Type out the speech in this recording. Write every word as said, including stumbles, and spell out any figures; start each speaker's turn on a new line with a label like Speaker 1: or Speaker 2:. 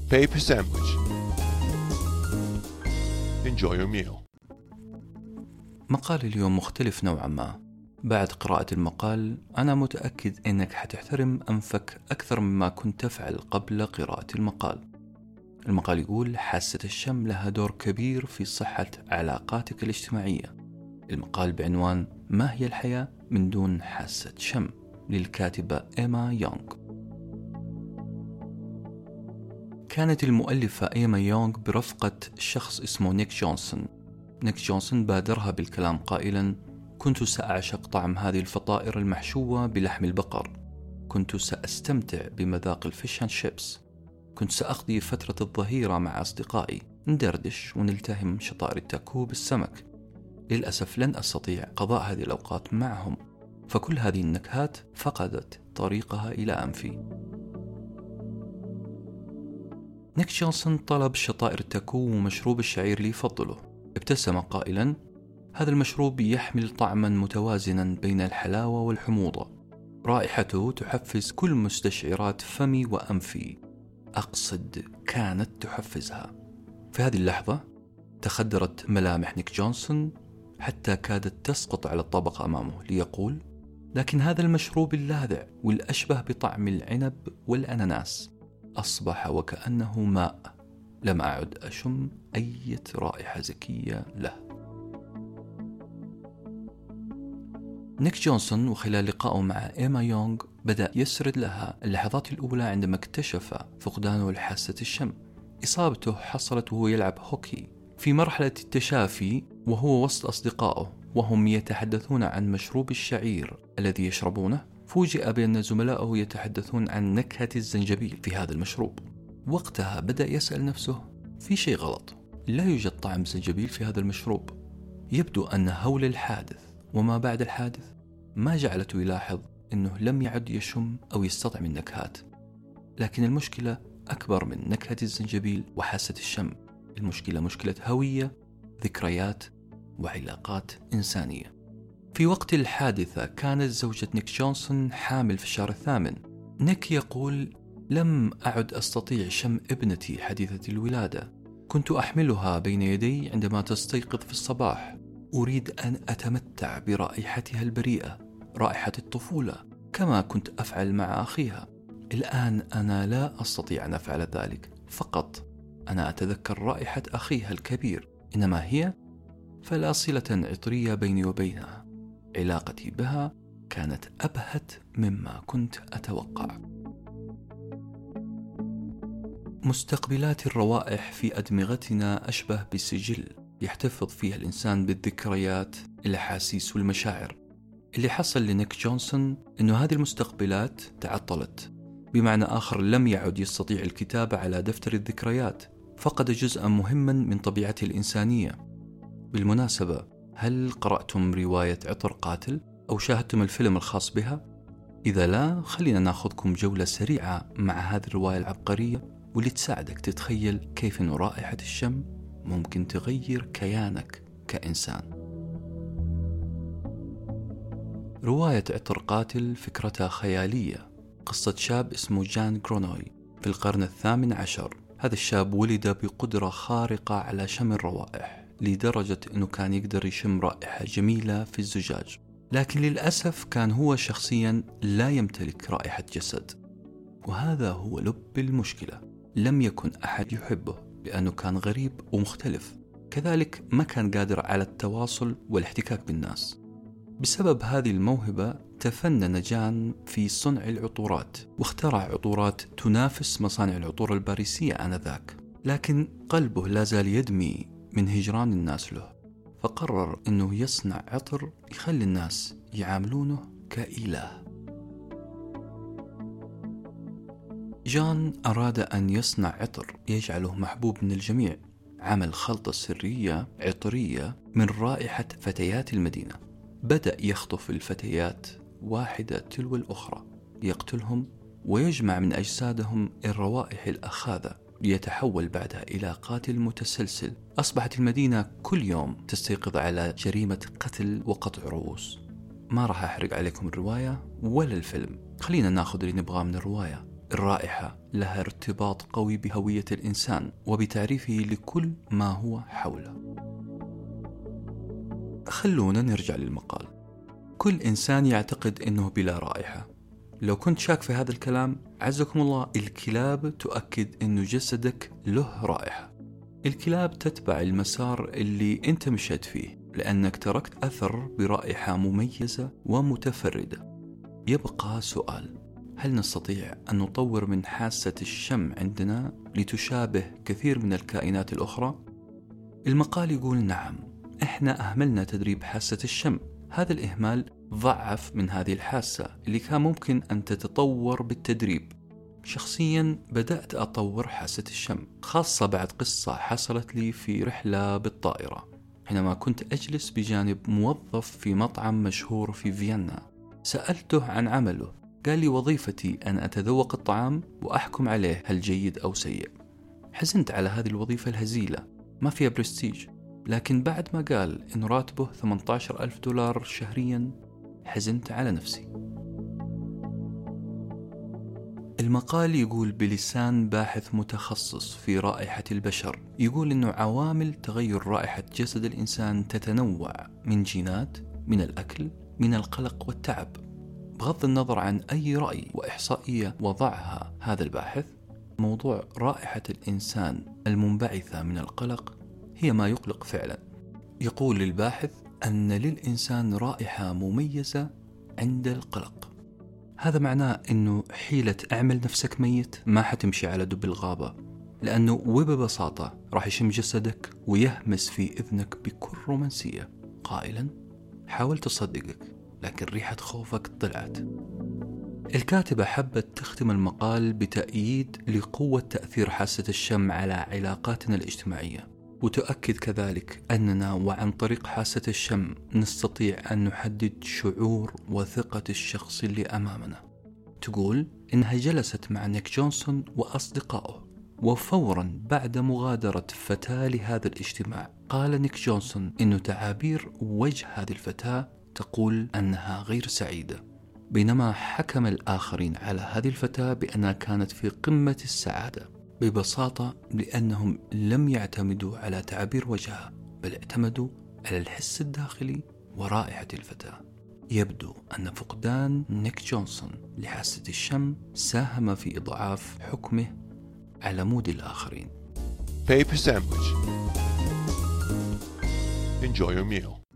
Speaker 1: paper sandwich. Enjoy your meal.
Speaker 2: مقال اليوم مختلف نوعا ما. بعد قراءة المقال أنا متأكد أنك حتحترم أنفك أكثر مما كنت تفعل قبل قراءة المقال. المقال يقول: حاسة الشم لها دور كبير في صحة علاقاتك الاجتماعية. المقال بعنوان ما هي الحياة من دون حاسة شم، للكاتبة إيما يونغ. كانت المؤلفة إيما يونغ برفقة شخص اسمه نيك جونسون. نيك جونسون بادرها بالكلام قائلا: كنت سأعشق طعم هذه الفطائر المحشوة بلحم البقر، كنت سأستمتع بمذاق الفيش اند شيبس، كنت سأقضي فترة الظهيرة مع أصدقائي ندردش ونلتهم شطائر التاكو بالسمك. للأسف لن أستطيع قضاء هذه الأوقات معهم، فكل هذه النكهات فقدت طريقها إلى أنفي. نيك جونسون طلب شطائر التاكو ومشروب الشعير اللي يفضله. ابتسم قائلا: هذا المشروب يحمل طعما متوازنا بين الحلاوة والحموضة، رائحته تحفز كل مستشعرات فمي وأنفي، أقصد كانت تحفزها. في هذه اللحظة تخدرت ملامح نيك جونسون حتى كادت تسقط على الطبق أمامه ليقول: لكن هذا المشروب اللاذع والأشبه بطعم العنب والأناناس أصبح وكأنه ماء، لم أعد أشم أي رائحة زكية له. نيك جونسون وخلال لقائه مع إيما يونغ بدأ يسرد لها اللحظات الأولى عندما اكتشف فقدانه لحاسة الشم. إصابته حصلت وهو يلعب هوكي في مرحلة التشافي وهو وسط أصدقائه وهم يتحدثون عن مشروب الشعير الذي يشربونه. فوجئ بأن زملائه يتحدثون عن نكهة الزنجبيل في هذا المشروب. وقتها بدأ يسأل نفسه: في شيء غلط، لا يوجد طعم زنجبيل في هذا المشروب. يبدو أن هول الحادث وما بعد الحادث ما جعلته يلاحظ أنه لم يعد يشم أو يستطعم النكهات. لكن المشكلة أكبر من نكهة الزنجبيل وحاسة الشم. المشكلة مشكلة هوية، ذكريات، وعلاقات إنسانية. في وقت الحادثة كانت زوجة نيك جونسون حامل في الشهر الثامن. نيك يقول: لم أعد أستطيع شم ابنتي حديثة الولادة، كنت أحملها بين يدي عندما تستيقظ في الصباح، أريد أن أتمتع برائحتها البريئة، رائحة الطفولة، كما كنت أفعل مع أخيها. الآن أنا لا أستطيع أن أفعل ذلك، فقط أنا أتذكر رائحة أخيها الكبير، إنما هي فلا صلة عطرية بيني وبينها. علاقتي بها كانت أبهت مما كنت أتوقع. مستقبلات الروائح في أدمغتنا أشبه بسجل يحتفظ فيها الإنسان بالذكريات، الأحاسيس والمشاعر. اللي حصل لنيك جونسون أنه هذه المستقبلات تعطلت، بمعنى آخر لم يعد يستطيع الكتابة على دفتر الذكريات، فقد جزءا مهما من طبيعته الإنسانية. بالمناسبة، هل قرأتم رواية عطر قاتل أو شاهدتم الفيلم الخاص بها؟ إذا لا، خلينا ناخذكم جولة سريعة مع هذه الرواية العبقرية واللي تساعدك تتخيل كيف أن رائحة الشم ممكن تغير كيانك كإنسان. رواية عطر قاتل فكرتها خيالية، قصة شاب اسمه جان غرونوي في القرن الثامن عشر. هذا الشاب ولد بقدرة خارقة على شم الروائح، لدرجة أنه كان يقدر يشم رائحة جميلة في الزجاج، لكن للأسف كان هو شخصيا لا يمتلك رائحة جسد. وهذا هو لب المشكلة، لم يكن أحد يحبه لأنه كان غريب ومختلف. كذلك ما كان قادر على التواصل والاحتكاك بالناس. بسبب هذه الموهبة تفنن جان في صنع العطورات، واخترع عطورات تنافس مصانع العطور الباريسية آنذاك، لكن قلبه لا زال يدمي من هجران الناس له، فقرر أنه يصنع عطر يخلي الناس يعاملونه كإله. جان أراد أن يصنع عطر يجعله محبوب من الجميع. عمل خلطة سرية عطرية من رائحة فتيات المدينة. بدأ يخطف الفتيات واحدة تلو الأخرى، يقتلهم ويجمع من أجسادهم الروائح الأخاذة، ليتحول بعدها إلى قاتل متسلسل. أصبحت المدينة كل يوم تستيقظ على جريمة قتل وقطع رؤوس. ما راح أحرق عليكم الرواية ولا الفيلم، خلينا ناخذ اللي نبغاه من الرواية. الرائحة لها ارتباط قوي بهوية الإنسان وبتعريفه لكل ما هو حوله. خلونا نرجع للمقال. كل إنسان يعتقد أنه بلا رائحة. لو كنت شاك في هذا الكلام، عزكم الله، الكلاب تؤكد أنه جسدك له رائحة. الكلاب تتبع المسار اللي أنت مشيت فيه لأنك تركت أثر برائحة مميزة ومتفردة. يبقى سؤال: هل نستطيع أن نطور من حاسة الشم عندنا لتشابه كثير من الكائنات الأخرى؟ المقال يقول نعم، إحنا أهملنا تدريب حاسة الشم. هذا الإهمال ضعف من هذه الحاسة اللي كان ممكن أن تتطور بالتدريب. شخصيا بدأت أطور حاسة الشم، خاصة بعد قصة حصلت لي في رحلة بالطائرة، حينما كنت أجلس بجانب موظف في مطعم مشهور في فيينا. سألته عن عمله، قال لي وظيفتي أن أتذوق الطعام وأحكم عليه هل جيد أو سيء. حزنت على هذه الوظيفة الهزيلة، ما فيها برستيج، لكن بعد ما قال إن راتبه ثمانية عشر ألف دولار شهريا حزنت على نفسي. المقال يقول بلسان باحث متخصص في رائحة البشر، يقول إنه عوامل تغير رائحة جسد الإنسان تتنوع من جينات، من الأكل، من القلق والتعب. بغض النظر عن أي رأي وإحصائية وضعها هذا الباحث، موضوع رائحة الإنسان المنبعثة من القلق هي ما يقلق فعلا. يقول الباحث أن للإنسان رائحة مميزة عند القلق. هذا معناه أنه حيلة أعمل نفسك ميت ما حتمشي على دب الغابة، لأنه وببساطة راح يشم جسدك ويهمس في إذنك بكل رومانسية قائلا: حاولت أصدقك لكن ريحة خوفك طلعت. الكاتبة حبت تختم المقال بتأييد لقوة تأثير حاسة الشم على علاقاتنا الاجتماعية، وتؤكد كذلك أننا وعن طريق حاسة الشم نستطيع أن نحدد شعور وثقة الشخص اللي أمامنا. تقول إنها جلست مع نيك جونسون وأصدقائه، وفورا بعد مغادرة فتاة لهذا الاجتماع قال نيك جونسون إنه تعابير وجه هذه الفتاة تقول أنها غير سعيدة، بينما حكم الآخرين على هذه الفتاة بأنها كانت في قمة السعادة، ببساطة لأنهم لم يعتمدوا على تعابير وجهها، بل اعتمدوا على الحس الداخلي ورائحة الفتاة. يبدو أن فقدان نيك جونسون لحاسة الشم ساهم في إضعاف حكمه على مود الآخرين.
Speaker 1: Paper sandwich. Enjoy your meal.